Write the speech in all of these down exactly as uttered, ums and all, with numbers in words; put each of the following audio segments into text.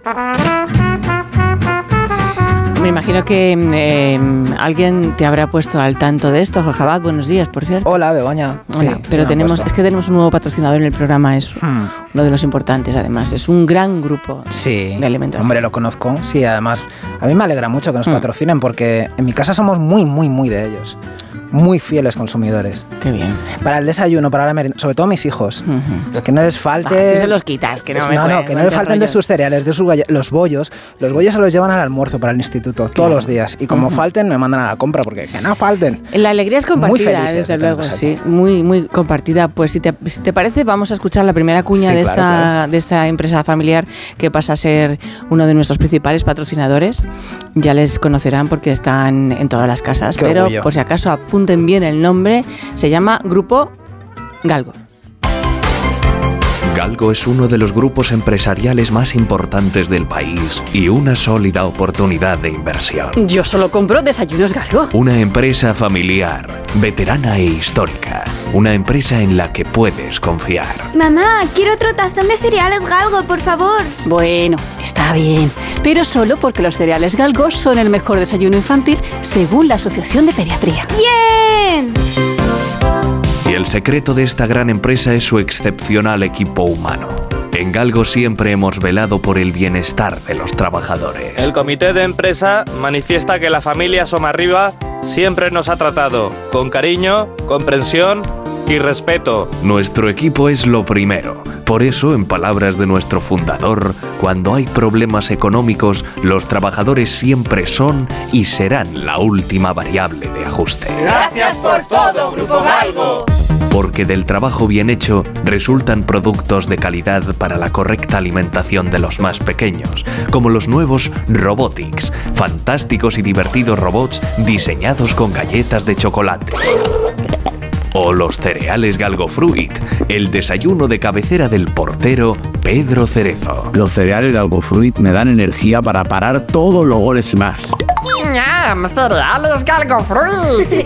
Me imagino que eh, alguien te habrá puesto al tanto de esto. Jorge Abad, buenos días, por cierto. Hola, Begoña. Hola, sí, pero tenemos, es que tenemos un nuevo patrocinador en el programa, es hmm. uno de los importantes, además. Es un gran grupo sí, de alimentación. Hombre, lo conozco. Sí, además, a mí me alegra mucho que nos hmm. patrocinen porque en mi casa somos muy, muy, muy de ellos. Muy fieles consumidores. Qué bien. Para el desayuno, para la merienda, sobre todo mis hijos. Uh-huh. Que no les falte... Bah, tú se los quitas, que no es, me No, no, que no les falten rollos. De sus cereales, de sus goya, los bollos. Los sí. bollos se los llevan al almuerzo para el instituto, claro. todos los días. Y como uh-huh. falten, me mandan a la compra, porque que no falten. La alegría es compartida, desde luego, sí. Muy, muy compartida. Pues si te, si te parece, vamos a escuchar la primera cuña sí, de, claro, esta, claro. de esta empresa familiar que pasa a ser uno de nuestros principales patrocinadores. Ya les conocerán porque están en todas las casas. Qué pero orgullo. Por si acaso apunten bien el nombre, se llama Grupo Galgo. Galgo es uno de los grupos empresariales más importantes del país y una sólida oportunidad de inversión. Yo solo compro desayunos Galgo. Una empresa familiar, veterana e histórica. Una empresa en la que puedes confiar. Mamá, quiero otro tazón de cereales Galgo, por favor. Bueno, está bien, pero solo porque los cereales Galgo son el mejor desayuno infantil según la Asociación de Pediatría. ¡Bien! Y el secreto de esta gran empresa es su excepcional equipo humano. En Galgo siempre hemos velado por el bienestar de los trabajadores. El comité de empresa manifiesta que la familia Somarriba siempre nos ha tratado con cariño, comprensión y respeto. Nuestro equipo es lo primero. Por eso, en palabras de nuestro fundador, cuando hay problemas económicos, los trabajadores siempre son y serán la última variable de ajuste. ¡Gracias por todo, Grupo Galgo! Porque del trabajo bien hecho resultan productos de calidad para la correcta alimentación de los más pequeños, como los nuevos Robotics, fantásticos y divertidos robots diseñados con galletas de chocolate. O los cereales Galgo Fruit, el desayuno de cabecera del portero Pedro Cerezo. Los cereales Galgo Fruit me dan energía para parar todos los goles y más. ¡Ñam! ¡Cereales Galgo Fruit!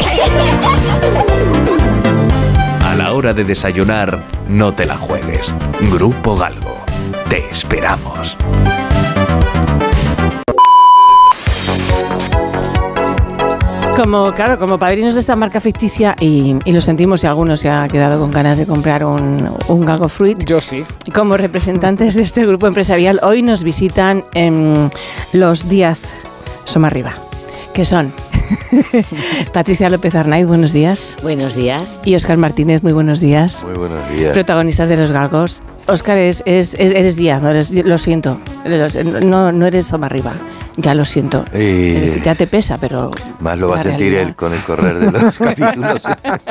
A la hora de desayunar, no te la juegues. Grupo Galgo. Te esperamos. Como, claro, como padrinos de esta marca ficticia, y, y lo sentimos si alguno se ha quedado con ganas de comprar un, un Galgo Fruit. Yo sí. Como representantes de este grupo empresarial, hoy nos visitan eh, los Díaz Somarriba, que son Patricia López Arnaiz, buenos días. Buenos días. Y Óscar Martínez, muy buenos días. Muy buenos días. Protagonistas de los Galgos. Óscar, es, es, es, eres Díaz, no eres, lo siento, no, no eres Somarriba, ya lo siento. Eh, ya te pesa, pero... Más lo va a sentir él con el correr de los capítulos.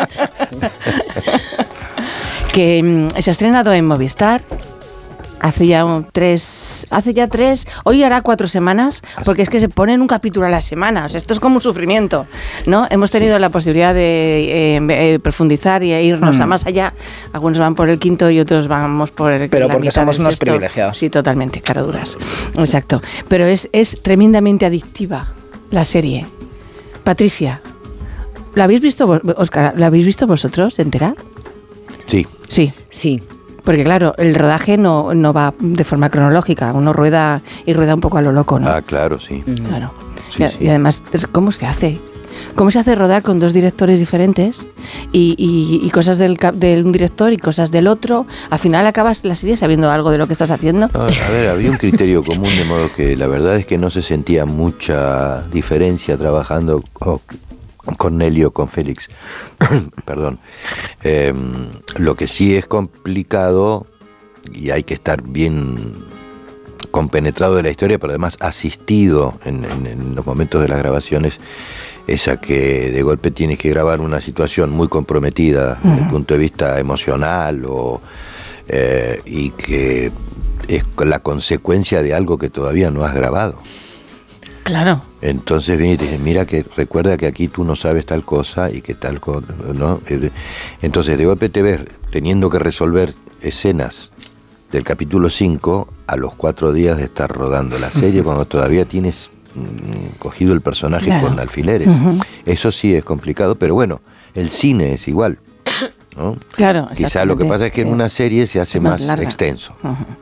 Que mm, se ha estrenado en Movistar. Hace ya un, tres, hace ya tres, hoy hará cuatro semanas, porque es que se ponen un capítulo a la semana, o sea, esto es como un sufrimiento, ¿no? Hemos tenido sí. la posibilidad de eh, eh, profundizar y irnos mm. a más allá, algunos van por el quinto y otros vamos por el Pero la porque mitad somos del unos sexto. privilegiados. Sí, totalmente, caraduras, exacto, pero es, es tremendamente adictiva la serie. Patricia, ¿la habéis visto, Óscar, la habéis visto vosotros entera? Sí. Sí. Sí. Porque claro, el rodaje no, no va de forma cronológica, uno rueda y rueda un poco a lo loco, ¿no? Ah, claro, sí. Claro. Sí, y, sí. y además, ¿cómo se hace? ¿Cómo se hace rodar con dos directores diferentes y, y, y cosas del, de un director y cosas del otro? Al final acabas la serie sabiendo algo de lo que estás haciendo. Ah, a ver, había un criterio común, de modo que la verdad es que no se sentía mucha diferencia trabajando oh, con Nelio, con Félix. Perdón. Eh, lo que sí es complicado, y hay que estar bien compenetrado de la historia, pero además asistido en, en, en los momentos de las grabaciones, es a que de golpe tienes que grabar una situación muy comprometida uh-huh. desde el punto de vista emocional o, eh, y que es la consecuencia de algo que todavía no has grabado. Claro. Entonces viene y te dice, mira que recuerda que aquí tú no sabes tal cosa y que tal cosa, ¿no? Entonces de golpe te ves teniendo que resolver escenas del capítulo cinco a los cuatro días de estar rodando la serie, uh-huh. cuando todavía tienes mmm, cogido el personaje claro. con alfileres. Uh-huh. Eso sí es complicado, pero bueno, el cine es igual, ¿no? Claro. Quizá lo que pasa es que sí. en una serie se hace más, más larga. extenso. Uh-huh.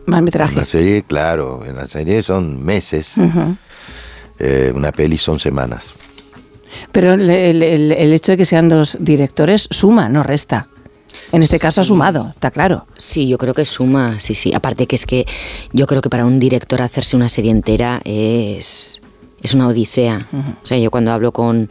Más metraje. En la serie, claro, en la serie son meses, uh-huh. eh, una peli son semanas. Pero el, el, el hecho de que sean dos directores suma, no resta. En este caso sí. ha sumado, está claro. Sí, yo creo que suma, sí, sí. Aparte que es que yo creo que para un director hacerse una serie entera es, es una odisea. Uh-huh. O sea, yo cuando hablo con...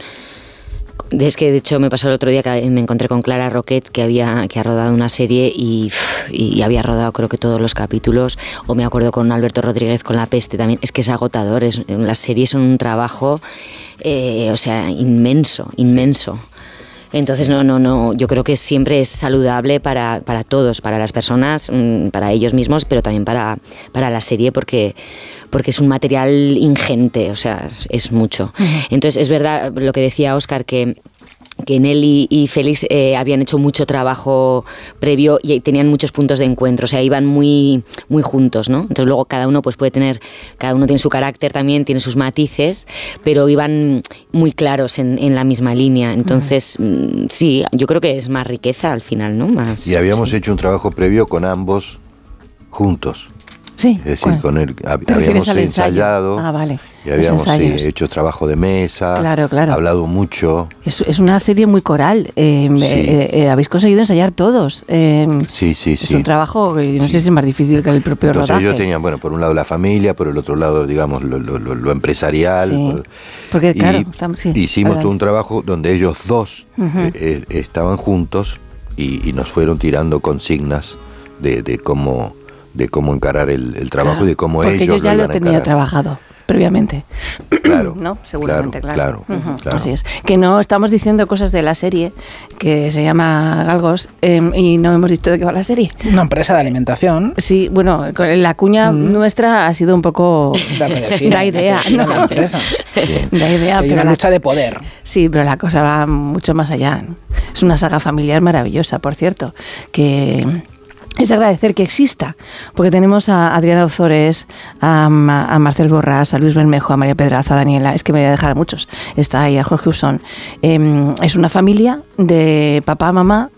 Es que de hecho me pasó el otro día que me encontré con Clara Roquet, que había que ha rodado una serie y, y había rodado creo que todos los capítulos, o me acuerdo con Alberto Rodríguez con La Peste también. Es que es agotador, es, las series son un trabajo, eh, o sea, inmenso, inmenso. Entonces, no, no, no, yo creo que siempre es saludable para, para todos, para las personas, para ellos mismos, pero también para, para la serie, porque, porque es un material ingente, o sea, es, es mucho. Uh-huh. Entonces, es verdad lo que decía Óscar, que que Nelly y Félix eh, habían hecho mucho trabajo previo y tenían muchos puntos de encuentro, o sea, iban muy, muy juntos, ¿no? Entonces luego cada uno pues puede tener, cada uno tiene su carácter también, tiene sus matices, pero iban muy claros en, en la misma línea. Entonces, uh-huh. sí, yo creo que es más riqueza al final, ¿no? Más, y habíamos sí. hecho un trabajo previo con ambos juntos. Sí. Es decir, ¿cuál? Con él habíamos ensayado ah, vale. y habíamos sí, hecho trabajo de mesa, claro, claro. hablado mucho. Es, es una serie muy coral. Eh, sí. eh, eh, habéis conseguido ensayar todos. Eh, sí, sí, es sí. un trabajo que no sí. sé si es más difícil que el propio Entonces rodaje. Yo tenía, bueno, por un lado la familia, por el otro lado, digamos, lo, lo, lo, lo empresarial. Sí. Por, Porque, y claro, estamos, sí, hicimos adelante. todo un trabajo donde ellos dos uh-huh. eh, eh, estaban juntos y, y nos fueron tirando consignas de, de cómo... de cómo encarar el, el trabajo claro, y de cómo porque ellos yo ya lo, lo tenía trabajado previamente. Claro, ¿no? Seguramente, claro. claro. claro, Uh-huh. claro. Así es. Que no estamos diciendo cosas de la serie que se llama Galgos eh, y no hemos dicho de qué va la serie. Una empresa de alimentación. Sí, bueno, la cuña mm. nuestra ha sido un poco la idea, ¿no? La empresa. Sí. La idea, Hay pero una la lucha de poder. Sí, pero la cosa va mucho más allá. Es una saga familiar maravillosa, por cierto, que es agradecer que exista, porque tenemos a Adriana Ozores, a, a Marcel Borrás, a Luis Bermejo, a María Pedraza, a Daniela, es que me voy a dejar a muchos, está ahí a Jorge Usón. Eh, es una familia de papá, mamá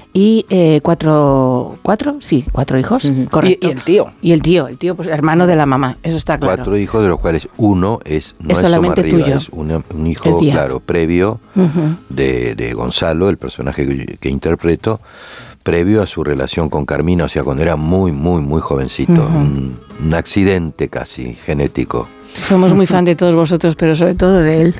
y eh, cuatro, cuatro, sí, cuatro hijos, uh-huh. correcto. Y, y el tío. Y el tío, el tío, pues hermano de la mamá, eso está claro. Cuatro hijos, de los cuales uno es, no es, es solamente Somarriba, tuyo. Es un, un hijo, claro, previo uh-huh. de, de Gonzalo, el personaje que, que interpreto, previo a su relación con Carmina, o sea, cuando era muy, muy, muy jovencito. Uh-huh. un, un accidente casi genético. Somos muy fan de todos vosotros, pero sobre todo de él.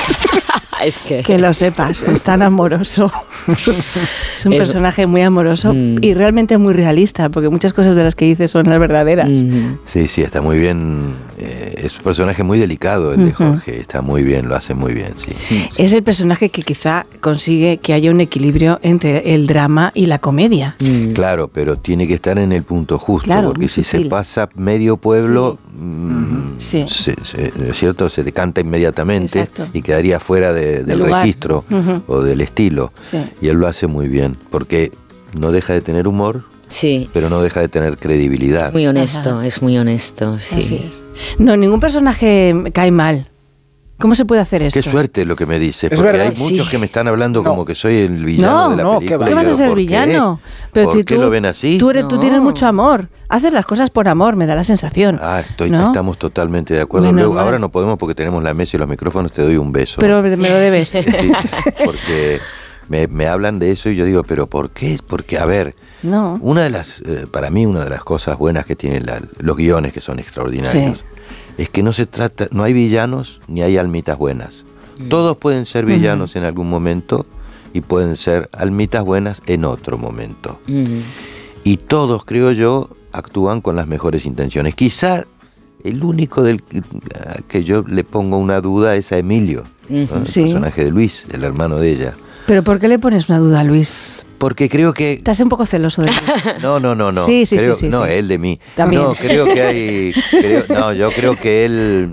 Es que... que lo sepas, es tan amoroso. Es un es... personaje muy amoroso mm. y realmente muy realista, porque muchas cosas de las que dice son las verdaderas. Mm. Sí, sí, está muy bien. Eh, es un personaje muy delicado el uh-huh. de Jorge, está muy bien, lo hace muy bien, sí. Es el personaje que quizá consigue que haya un equilibrio entre el drama y la comedia. Mm. Claro, pero tiene que estar en el punto justo, claro, porque si sutil. se pasa medio pueblo, sí. mmm, sí. Se, se, ¿es cierto? Se decanta inmediatamente. Exacto. Y quedaría fuera de, del lugar. registro uh-huh. o del estilo. Sí. Y él lo hace muy bien, porque no deja de tener humor, sí. pero no deja de tener credibilidad. Es muy honesto, Ajá. es muy honesto. Sí. Así es. No, ningún personaje cae mal. ¿Cómo se puede hacer esto? Qué suerte lo que me dices, es porque verdad, hay muchos sí. que me están hablando no. como que soy el villano no, de la no, película. ¿Qué, ¿Qué vas a ser el villano? Pero ¿Por si qué tú, lo ven así? Tú, eres, no. tú tienes mucho amor. Haces las cosas por amor, me da la sensación. Ah, estoy, ¿no? estamos totalmente de acuerdo. Menos Luego, mal. ahora no podemos porque tenemos la mesa y los micrófonos, te doy un beso. Pero me lo debes. Sí, porque me, me hablan de eso y yo digo, ¿pero por qué? Porque, a ver, no. una de las, eh, para mí una de las cosas buenas que tienen la, los guiones, que son extraordinarios, sí. es que no se trata, no hay villanos ni hay almitas buenas. Mm. Todos pueden ser villanos uh-huh. en algún momento y pueden ser almitas buenas en otro momento. Uh-huh. Y todos, creo yo, actúan con las mejores intenciones. Quizá el único del que yo le pongo una duda es a Emilio, uh-huh. ¿no? El sí. personaje de Luis, el hermano de ella. ¿Pero por qué le pones una duda a Luis? Porque creo que... Estás un poco celoso de Luis. No, no, no, no. Sí, sí, creo, sí, sí. No, sí. él de mí. También. No, creo que hay... Creo, no, yo creo que él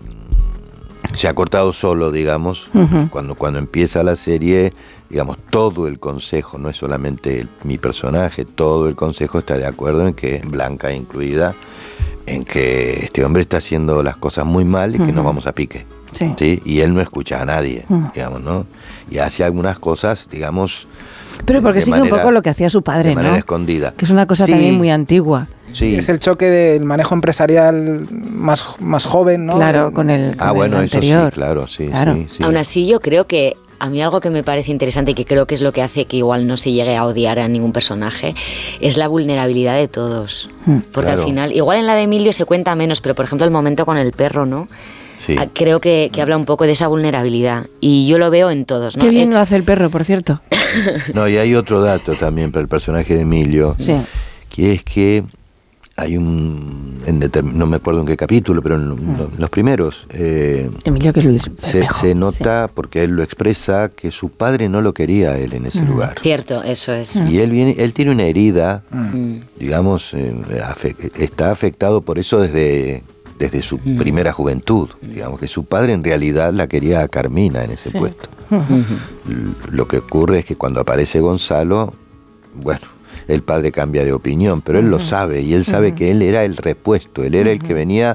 se ha cortado solo, digamos. Uh-huh. Cuando, cuando empieza la serie, digamos, todo el consejo, no es solamente el, mi personaje, todo el consejo está de acuerdo en que, Blanca incluida, en que este hombre está haciendo las cosas muy mal y uh-huh. que nos vamos a pique. Sí. ¿Sí? Y él no escucha a nadie, uh-huh. digamos, ¿no? Y hace algunas cosas, digamos... Pero porque de sigue manera, un poco lo que hacía su padre, de manera ¿no? escondida. Que es una cosa sí. también muy antigua. Sí. Es el choque del manejo empresarial más, más joven, ¿no? Claro, con el, con ah, bueno, el anterior. Eso sí, claro, sí, claro. sí, sí. Aún así, yo creo que a mí algo que me parece interesante y que creo que es lo que hace que igual no se llegue a odiar a ningún personaje es la vulnerabilidad de todos. Mm. Porque claro. al final, igual en la de Emilio se cuenta menos, pero por ejemplo el momento con el perro, ¿no? Sí. Creo que, que habla un poco de esa vulnerabilidad y yo lo veo en todos, ¿no? Qué bien eh, lo hace el perro, por cierto. No, y hay otro dato también para el personaje de Emilio, sí. que es que hay un, en determin, no me acuerdo en qué capítulo, pero en, mm. en los primeros, eh, Emilio que es Luis se, se nota, sí. porque él lo expresa, que su padre no lo quería a él en ese mm. lugar. Cierto, eso es. Y él viene, él tiene una herida, mm. digamos, eh, afect, está afectado por eso desde... desde su mm. primera juventud, digamos que su padre en realidad la quería a Carmina en ese sí. puesto. Uh-huh. Lo que ocurre es que cuando aparece Gonzalo, bueno, el padre cambia de opinión, pero él uh-huh. lo sabe, y él sabe uh-huh. que él era el repuesto, él era uh-huh. el que venía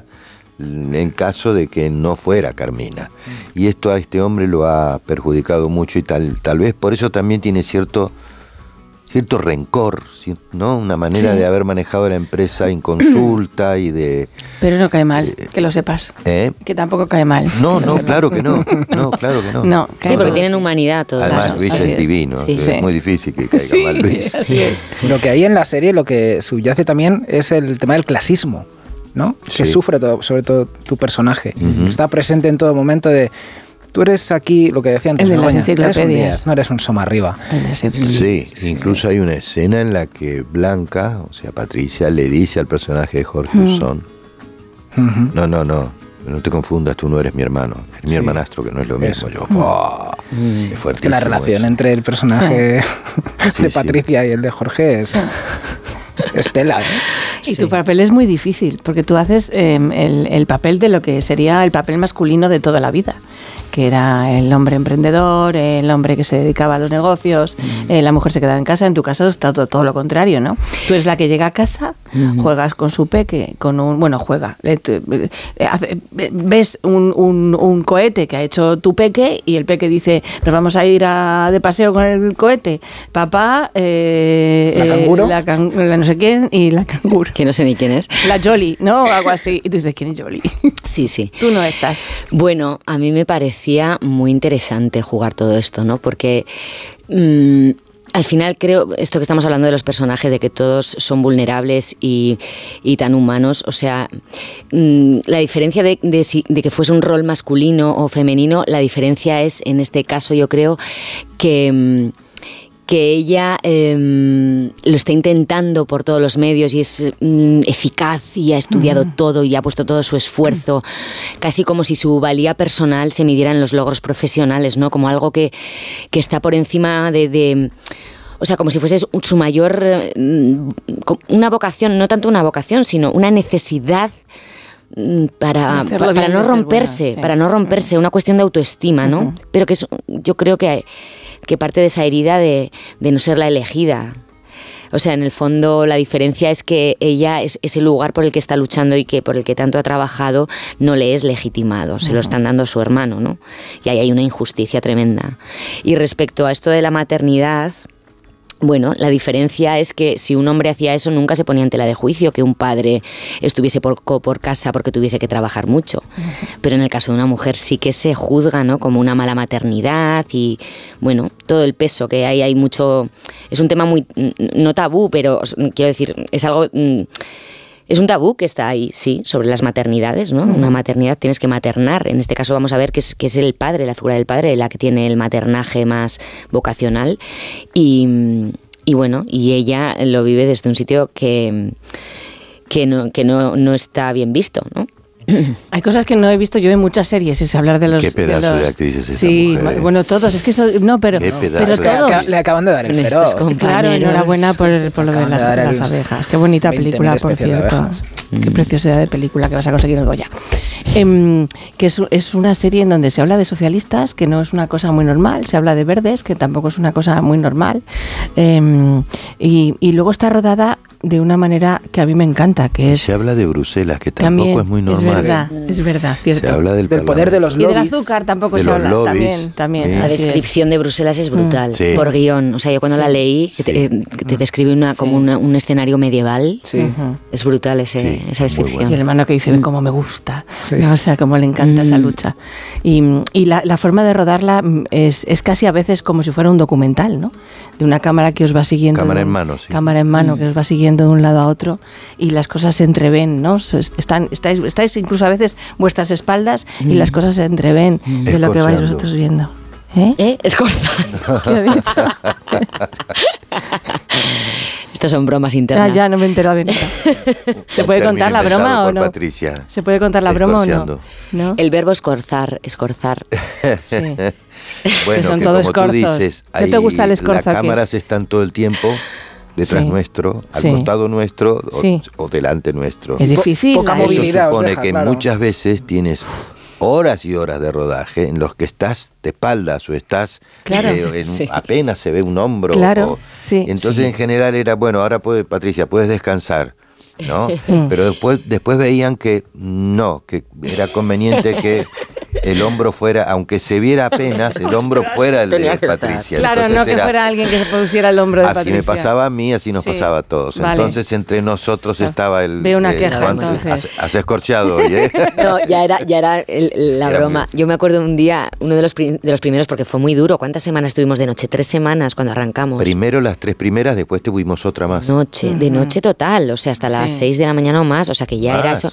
en caso de que no fuera Carmina. Uh-huh. Y esto a este hombre lo ha perjudicado mucho y tal, tal vez por eso también tiene cierto... cierto rencor, ¿no? Una manera sí. de haber manejado la empresa inconsulta y de... Pero no cae mal, eh, que lo sepas. ¿Eh? Que tampoco cae mal. No, no, claro que no. No, claro que no. no sí, porque tienen humanidad todos. Además, claro, Luis es, es divino. Sí, sí. Es muy difícil que caiga sí, mal Luis. Así es. Lo que hay en la serie, lo que subyace también es el tema del clasismo, ¿no? Sí. Que sufre todo, sobre todo tu personaje. Uh-huh. Está presente en todo momento de... Tú eres aquí, lo que decía antes, el de ¿no? las enciclopedias. No eres un Somarriba. Sí, sí, incluso hay una escena en la que Blanca, o sea, Patricia, le dice al personaje de Jorge mm. Usón, uh-huh. no, no, no, no te confundas, tú no eres mi hermano, eres sí. mi hermanastro, que no es lo mismo. Yo, oh, mm. es fuertísimo. Que la relación eso. entre el personaje sí. de Patricia sí. y el de Jorge es... Estela, ¿eh? Y sí. tu papel es muy difícil, porque tú haces eh, el, el papel de lo que sería el papel masculino de toda la vida, que era el hombre emprendedor, el hombre que se dedicaba a los negocios, mm. eh, la mujer se quedaba en casa. En tu caso está todo, todo lo contrario, ¿no? Tú eres la que llega a casa, mm. juegas con su peque, con un... Bueno, juega. Eh, eh, hace, ves un, un, un cohete que ha hecho tu peque y el peque dice, nos vamos a ir a, de paseo con el cohete. Papá... Eh, ¿La canguro? Eh, la, can, la no sé quién y la canguro. Que no sé ni quién es. La Jolly, ¿no? Algo así. Y tú dices, ¿quién es Jolly? Sí, sí. Tú no estás. Bueno, a mí me parecía muy interesante jugar todo esto, ¿no? Porque mmm, al final creo, esto que estamos hablando de los personajes, de que todos son vulnerables y, y tan humanos, o sea, mmm, la diferencia de, de, de que fuese un rol masculino o femenino, la diferencia es, en este caso yo creo, que... Mmm, que ella eh, lo está intentando por todos los medios y es mm, eficaz y ha estudiado uh-huh. todo y ha puesto todo su esfuerzo, uh-huh. casi como si su valía personal se midiera en los logros profesionales, ¿no? Como algo que, que está por encima de... de o sea, como si fuese su mayor... una vocación, no tanto una vocación, sino una necesidad para, para, para no romperse, buena, sí. para no romperse, una cuestión de autoestima, ¿no? Uh-huh. Pero que es, yo creo que... Hay, que parte de esa herida de, de no ser la elegida. O sea, en el fondo la diferencia es que ella es ese lugar por el que está luchando y que por el que tanto ha trabajado no le es legitimado, se lo están dando a su hermano, ¿no? Y ahí hay una injusticia tremenda. Y respecto a esto de la maternidad... Bueno, la diferencia es que si un hombre hacía eso nunca se ponía en tela de juicio que un padre estuviese por, por casa porque tuviese que trabajar mucho. Uh-huh. Pero en el caso de una mujer sí que se juzga, ¿no? Como una mala maternidad y, bueno, todo el peso que hay, hay mucho... Es un tema muy... no tabú, pero quiero decir, es algo... Es un tabú que está ahí, sí, sobre las maternidades, ¿no? Uh-huh. Una maternidad tienes que maternar. En este caso vamos a ver que es, que es el padre, la figura del padre, la que tiene el maternaje más vocacional. Y, y bueno, y ella lo vive desde un sitio que, que, no, que no, no está bien visto, ¿no? Hay cosas que no he visto yo en muchas series, es hablar de los... ¿Qué pedazo de, los, de actrices es sí, esa mujer? Bueno, todos, es que eso, no, pero, pero todos. Le acaban de dar el feroz. Claro, enhorabuena por, por lo de las, las abejas. Qué bonita película, por cierto. Qué preciosidad de película que vas a conseguir el Goya. Eh, que es, es una serie en donde se habla de socialistas, que no es una cosa muy normal, se habla de verdes, que tampoco es una cosa muy normal, eh, y, y luego está rodada de una manera que a mí me encanta, que es... Se habla de Bruselas, que tampoco también, es muy normal. Es verdad, ¿eh? es verdad, cierto. Se habla del, del poder de los lobbies. Y del azúcar tampoco de se habla, lobbies, también, también. sí. La descripción es. de Bruselas es brutal, sí. por guión. O sea, yo cuando sí. la leí, sí. te, te describe una, sí. como una, un escenario medieval. Sí. Uh-huh. Es brutal ese, sí, esa descripción. Bueno. Y el hermano que dice, cómo me gusta, sí. ¿no? O sea, cómo le encanta mm. esa lucha. Y, y la, la forma de rodarla es, es casi a veces como si fuera un documental, ¿no? De una cámara que os va siguiendo. Cámara de, en mano, sí. Cámara en mano, mm. que os va siguiendo de un lado a otro y las cosas se entreven, ¿no? Están, estáis, estáis incluso a veces vuestras espaldas mm. y las cosas se entreven mm. de lo que vais vosotros viendo. ¿Eh? ¿Eh? Escorzando. ¿Qué he dicho? Estas son bromas internas. Ah, ya, no me he enterado de nada. ¿Se puede contar la broma o no? Patricia. ¿Se puede contar la broma o no? ¿No? El verbo escorzar, escorzar. Sí. Bueno, que son que todos como escorzos. tú dices, ¿No te gusta el escorzo? Las cámaras están todo el tiempo detrás sí. nuestro, al sí. costado nuestro o, sí. o delante nuestro. Es difícil. Poca ¿eh? movilidad. Eso supone deja, que claro. muchas veces tienes horas y horas de rodaje en los que estás de espaldas o estás claro, eh, en, sí. apenas se ve un hombro. Claro, o, sí. Entonces sí. en general era, bueno, ahora puede, Patricia, puedes descansar, ¿no? Pero después, después veían que no, que era conveniente que el hombro fuera, aunque se viera apenas, el hombro fuera el de Patricia. Claro, entonces no que era, fuera alguien que se pusiera el hombro de así Patricia. Así me pasaba a mí, así nos sí. pasaba a todos. Vale. Entonces entre nosotros o sea, estaba el... Veo una eh, queja Juan, entonces. Has, has escorchado hoy, ¿eh? No, ya era, ya era el, la era broma. Muy... Yo me acuerdo un día, uno de los, de los primeros, porque fue muy duro. ¿Cuántas semanas estuvimos de noche? Tres semanas cuando arrancamos. Primero las tres primeras, después tuvimos otra más. Noche, uh-huh. de noche total, o sea, hasta las sí. seis de la mañana o más, o sea que ya más. Era eso...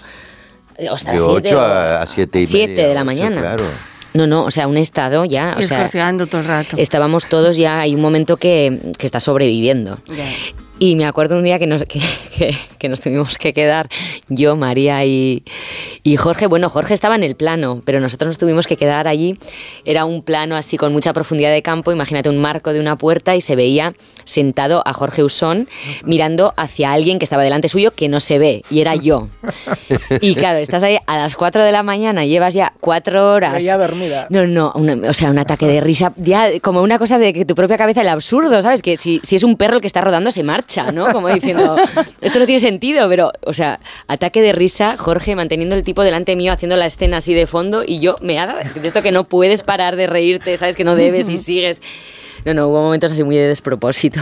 De ocho a siete y media. Siete de la mañana. Claro. No, no, o sea, un estado ya, o sea, todo el rato. Estábamos todos ya, hay un momento que, que está sobreviviendo. Yeah. Y me acuerdo un día que nos, que, que, que nos tuvimos que quedar, yo, María y, y Jorge. Bueno, Jorge estaba en el plano, pero nosotros nos tuvimos que quedar allí. Era un plano así con mucha profundidad de campo, imagínate un marco de una puerta y se veía sentado a Jorge Usón mirando hacia alguien que estaba delante suyo que no se ve, y era yo. Y claro, estás ahí a las cuatro de la mañana, llevas ya cuatro horas. Ya dormida. No, no, una, o sea, un ataque de risa, ya como una cosa de que tu propia cabeza, el absurdo, ¿sabes? Que si, si es un perro el que está rodando, se marcha, ¿no? Como diciendo, esto no tiene sentido, pero, o sea, ataque de risa, Jorge manteniendo el tipo delante mío, haciendo la escena así de fondo, y yo me haga de esto que no puedes parar de reírte, ¿sabes? Que no debes y sigues. No, no, hubo momentos así muy de despropósito,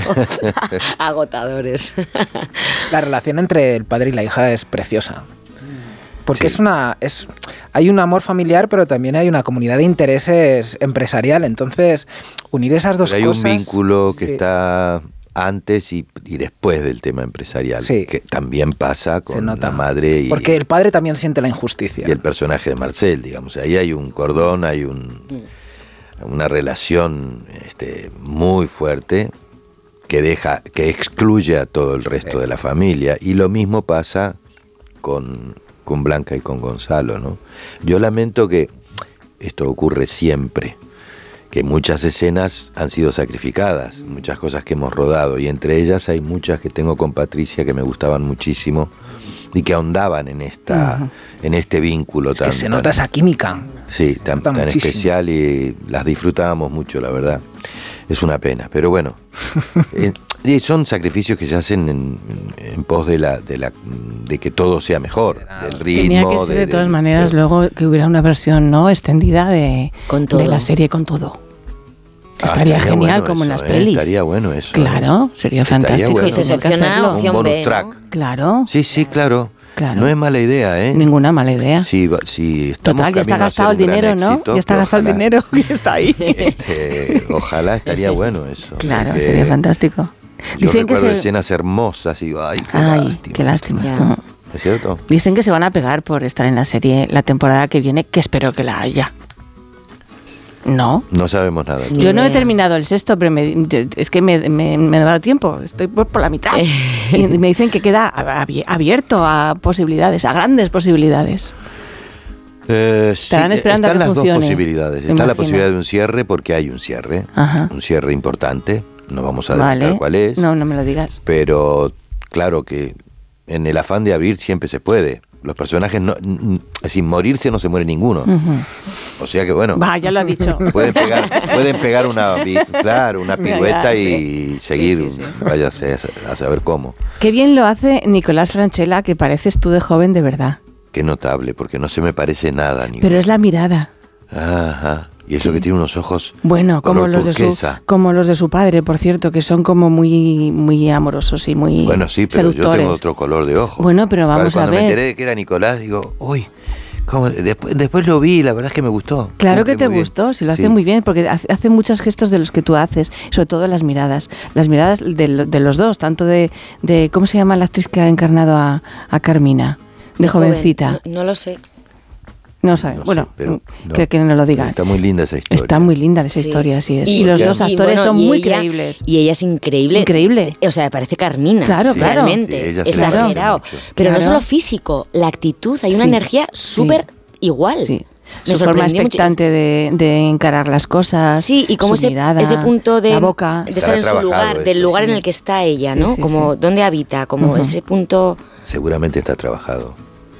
agotadores. La relación entre el padre y la hija es preciosa. Porque sí. es una es hay un amor familiar, pero también hay una comunidad de intereses empresarial. Entonces, unir esas dos pero cosas... Hay un vínculo que sí. está antes y, y después del tema empresarial, sí. que también pasa con la madre y... Porque el padre también siente la injusticia. Y el personaje de Marcel, digamos. Ahí hay un cordón, hay un, una relación este, muy fuerte que deja, que excluye a todo el resto sí. de la familia. Y lo mismo pasa con... con Blanca y con Gonzalo, ¿no? Yo lamento que esto ocurre siempre, que muchas escenas han sido sacrificadas, muchas cosas que hemos rodado, y entre ellas hay muchas que tengo con Patricia que me gustaban muchísimo y que ahondaban en esta, uh-huh. en este vínculo es tan... que se nota tan, esa química. Sí, tan, tan especial, y las disfrutábamos mucho, la verdad. Es una pena, pero bueno. eh, Y son sacrificios que se hacen en, en pos de la, de la de que todo sea mejor, del ritmo. Tenía que ser de, de todas de, maneras de, luego que hubiera una versión no extendida de, de la serie con todo. Ah, estaría, estaría genial bueno como eso, en las eh, pelis. Estaría bueno eso. Claro, eh. sería fantástico. Bueno. Y se secciona opción un bonus B, track. ¿no? Claro. Sí, sí, claro. Claro. No es mala idea, ¿eh? Ninguna mala idea. Si, si estamos Total, ya está gastado el dinero, ¿no? éxito, ya está gastado ojalá, el dinero y está ahí. Este, ojalá estaría bueno eso. Claro, sería fantástico. Yo Dicen recuerdo que se... escenas hermosas y ay, qué ay, lástima. Qué lástima. Yeah. ¿Es cierto? Dicen que se van a pegar por estar en la serie la temporada que viene, que espero que la haya. No. No sabemos nada. Yo no he terminado el sexto, pero me, es que me, me, me ha dado tiempo. Estoy por, por la mitad. Y me dicen que queda abierto a posibilidades, a grandes posibilidades. Eh, Estarán sí, esperando están a que las funcione, dos posibilidades. Está imagino. la posibilidad de un cierre, porque hay un cierre. Ajá. Un cierre importante. No vamos a adelantar vale. cuál es. No, no me lo digas. Pero claro que en el afán de abrir siempre se puede. Los personajes, no, sin morirse no se muere ninguno. Uh-huh. O sea que bueno. Va, ya lo ha dicho. Pueden pegar, pueden pegar una, claro, una pirueta ya, ya, y sí. seguir, sí, sí, sí. váyase a saber cómo. Qué bien lo hace Nicolás Francella, que pareces tú de joven de verdad. Qué notable, porque no se me parece nada. Nicolás. Pero es la mirada. Ajá. Y eso que tiene unos ojos bueno, como los de su como los de su padre, por cierto, que son como muy muy amorosos y muy bueno, sí, pero seductores. Yo tengo otro color de ojos. Bueno, pero vamos Cuando a ver. Cuando me enteré de que era Nicolás, digo, uy, ¿cómo? Después, después lo vi y la verdad es que me gustó. Claro que te gustó, si lo hace sí. muy bien, porque hace, hace muchos gestos de los que tú haces, sobre todo las miradas, las miradas de, de los dos, tanto de, de ¿cómo se llama la actriz que ha encarnado a, a Carmina? De, de jovencita. No, no lo sé. No sabemos. No bueno, sé, pero no, que, que no lo diga. Está muy linda esa historia. Está muy linda esa sí. historia, así es. Y, y los dos actores y bueno, son muy ella, creíbles. Y ella es increíble. Increíble. O sea, parece Carmina. Claro, sí, realmente. Sí, exagerado. Pero claro. no solo físico, la actitud, hay una sí. energía súper sí. igual. Sí. Me Su forma expectante de, de encarar las cosas. Sí, y como ese, mirada, ese punto de, la boca. de estar en su lugar, del lugar sí. en el que está ella, ¿no? Sí, sí, como sí. dónde habita, como uh-huh. ese punto. Seguramente está trabajado.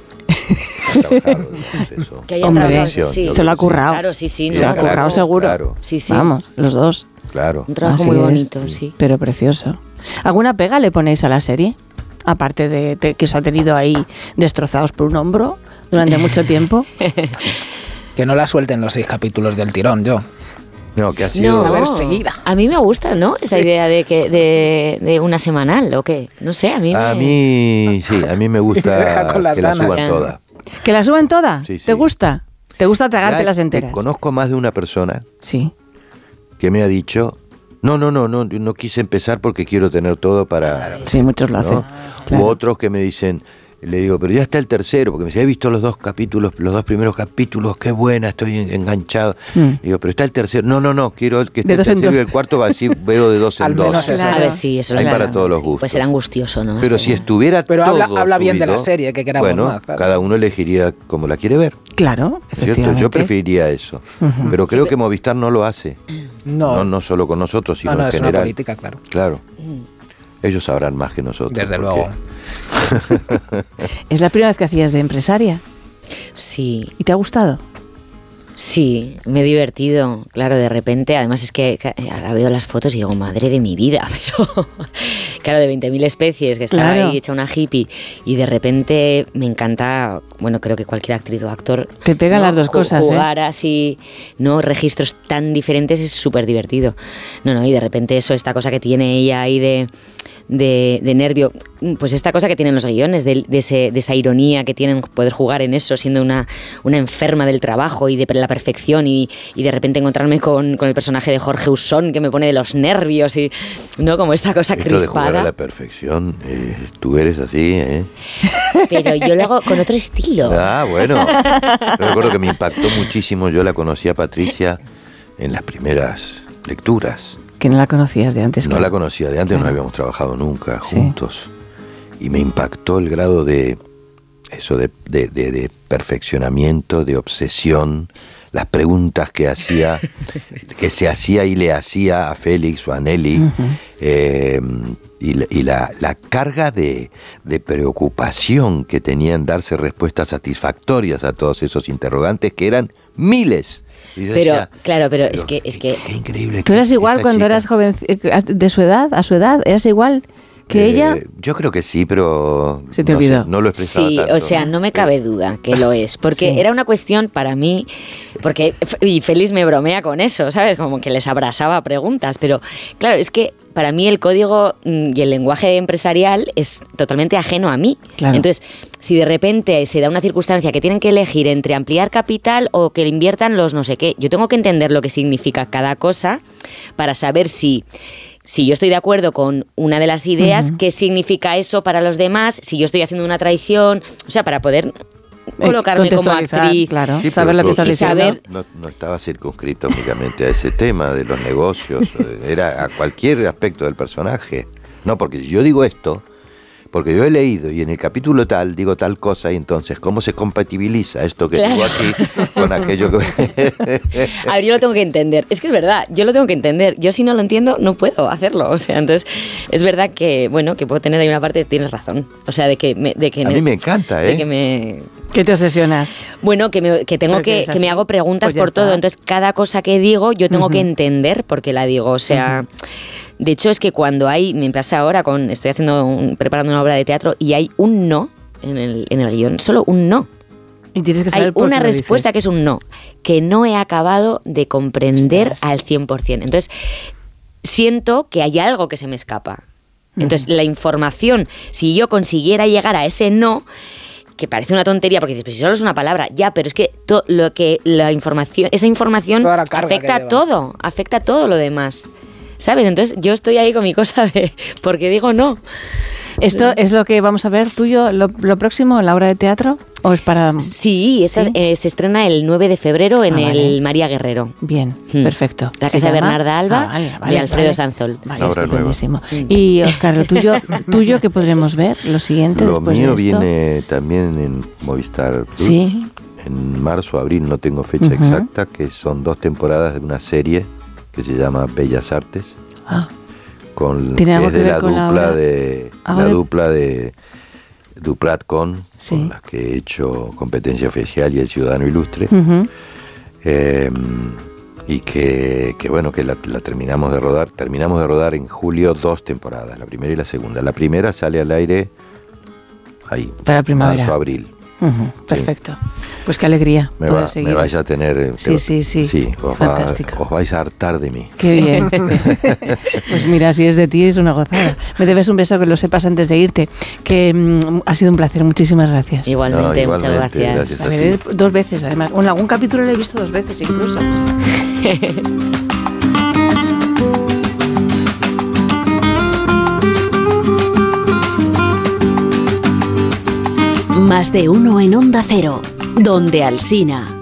Que Hombre, sí. se lo ha currado. Claro, sí, sí. Se lo ha currado claro, seguro. Claro. Sí, sí. Vamos, los dos. Claro. Un trabajo Así muy es, bonito, sí. Pero precioso. ¿Alguna pega le ponéis a la serie? Aparte de, de que os ha tenido ahí destrozados por un hombro durante mucho tiempo. Que no la suelten los seis capítulos del tirón, yo. No, que ha sido... No, a ver, seguida. A mí me gusta, ¿no? Esa sí. idea de que de, de una semanal, ¿o qué? No sé, a mí A me... mí, sí, a mí me gusta que ganas. la suban toda. ¿Que la suban toda? Sí, sí. ¿Te gusta? ¿Te gusta tragártelas enteras? Conozco más de una persona sí. que me ha dicho, no, no, no, no, no quise empezar porque quiero tener todo para... Sí, muchos lo hacen. ¿no? Claro. U otros que me dicen... Le digo, pero ya está el tercero, porque me dice, he visto los dos capítulos, los dos primeros capítulos, qué buena, estoy enganchado. Mm. Digo, pero está el tercero. No, no, no, quiero que esté el tercero y el cuarto, así veo de dos en dos. Claro. A ver, sí, eso hay claro. para todos los gustos. Pues era angustioso, ¿no? Pero si estuviera pero todo habla, habla bien fluido, de la serie, que queramos bueno, más. Claro. Cada uno elegiría como la quiere ver. Claro, efectivamente. ¿Cierto? Yo preferiría eso. Uh-huh. Pero creo sí, que Movistar no lo hace. No. No, no solo con nosotros, sino no, no, en es general. Una política, claro. Claro. Ellos sabrán más que nosotros. Desde luego. ¿Es la primera vez que hacías de empresaria? Sí. ¿Y te ha gustado? Sí, me he divertido, claro, de repente, además es que ahora veo las fotos y digo, madre de mi vida, pero claro, de veinte mil especies, que estaba claro. ahí hecha una hippie, y de repente me encanta, bueno, creo que cualquier actriz o actor... Te pegan ¿no? las dos J- cosas, Jugar ¿eh? así, ¿no? Registros tan diferentes es súper divertido. No, no, y de repente eso, esta cosa que tiene ella ahí de... De, de nervio, pues esta cosa que tienen los guiones, de, de, ese, de esa ironía que tienen, poder jugar en eso, siendo una, una enferma del trabajo y de la perfección, y, y de repente encontrarme con, con el personaje de Jorge Usón que me pone de los nervios, y no como esta cosa Esto crispada. De jugar a la perfección, eh, tú eres así, ¿eh? Pero yo lo hago con otro estilo. Ah, bueno. Yo recuerdo que me impactó muchísimo, yo la conocí a Patricia en las primeras lecturas. Que no la conocías de antes. No claro. la conocía de antes, claro. No habíamos trabajado nunca sí. juntos. Y me impactó el grado de eso, de, de, de, de perfeccionamiento, de obsesión, las preguntas que hacía, que se hacía y le hacía a Félix o a Nelly, uh-huh. eh, y, la, y la, la carga de, de preocupación que tenía en darse respuestas satisfactorias a todos esos interrogantes, que eran miles. Pero, decía, pero claro, pero es que... Es que qué increíble. ¿Tú eras igual cuando chica. eras joven, de su edad, a su edad? ¿Eras igual que eh, ella? Yo creo que sí, pero... Se te no olvidó. Sé, no lo expresaba Sí, tanto, o sea, no me cabe duda que lo es, porque sí. era una cuestión para mí, porque, y Félix me bromea con eso, ¿sabes? Como que les abrasaba preguntas, pero claro, es que para mí el código y el lenguaje empresarial es totalmente ajeno a mí. Claro. Entonces, si de repente se da una circunstancia que tienen que elegir entre ampliar capital o que inviertan los no sé qué, yo tengo que entender lo que significa cada cosa para saber si... Si yo estoy de acuerdo con una de las ideas, uh-huh. ¿qué significa eso para los demás? Si yo estoy haciendo una traición, o sea, para poder colocarme como actriz, claro, sí, saber lo que estás diciendo. Saber... No, no estaba circunscrito únicamente a ese tema de los negocios, era a cualquier aspecto del personaje. No, porque yo digo esto, porque yo he leído y en el capítulo tal digo tal cosa y entonces cómo se compatibiliza esto que claro. digo aquí con aquello que... A ver, yo lo tengo que entender. Es que es verdad, yo lo tengo que entender. Yo si no lo entiendo no puedo hacerlo. O sea, entonces es verdad que, bueno, que puedo tener ahí una parte, tienes razón. O sea, de que... Me, de que a mí me encanta, ¿eh? De que me... ¿Qué te obsesionas? Bueno, que, me, que tengo que, que me hago preguntas pues por está. todo. Entonces, cada cosa que digo, yo tengo uh-huh. que entender por qué la digo. O sea, uh-huh. de hecho, es que cuando hay, me pasa ahora, con estoy haciendo un, preparando una obra de teatro y hay un no en el, en el guión, solo un no. Y tienes que saber hay por una qué respuesta dices. que es un no, que no he acabado de comprender Estás. al cien por ciento. Entonces, siento que hay algo que se me escapa. Entonces, uh-huh. la información, si yo consiguiera llegar a ese no, que parece una tontería, porque dices, pues si solo es una palabra, ya, pero es que to, lo que la información, esa información afecta a todo, afecta a todo lo demás. ¿Sabes? Entonces yo estoy ahí con mi cosa de, porque digo no. ¿Esto es lo que vamos a ver tuyo, lo, lo próximo, la obra de teatro? ¿O es para...? Sí, esa ¿Sí? Eh, se estrena el nueve de febrero en ah, vale. el María Guerrero. Bien, hmm. perfecto. La casa de Bernarda Alba ah, vale, vale, de Alfredo vale. Sanzol. Vale, estupendísimo. Y Óscar, lo tuyo, tuyo ¿qué podremos ver? Lo siguiente Lo después mío de esto. viene también en Movistar Plus. Sí. En marzo, abril, no tengo fecha uh-huh. exacta, que son dos temporadas de una serie que se llama Bellas Artes. Ah. Con que es de la dupla la de ah, la de... dupla de Duprat con, sí. con las que he hecho Competencia Oficial y El Ciudadano Ilustre. Uh-huh. Eh, y que, que bueno, que la, la terminamos de rodar. Terminamos de rodar en julio dos temporadas, la primera y la segunda. La primera sale al aire ahí, para primavera. Marzo, abril. Uh-huh, perfecto. Sí. Pues qué alegría. Me, va, me vais a tener. Sí, te, sí, sí. Sí, os, va, os vais a hartar de mí. Qué bien. Pues mira, si es de ti, es una gozada. Me debes un beso, que lo sepas antes de irte. Que um, ha sido un placer. Muchísimas gracias. Igualmente, no, igualmente muchas gracias. gracias a a ver, dos veces, además. En algún capítulo lo he visto dos veces incluso. Más de uno en Onda Cero, donde Alsina.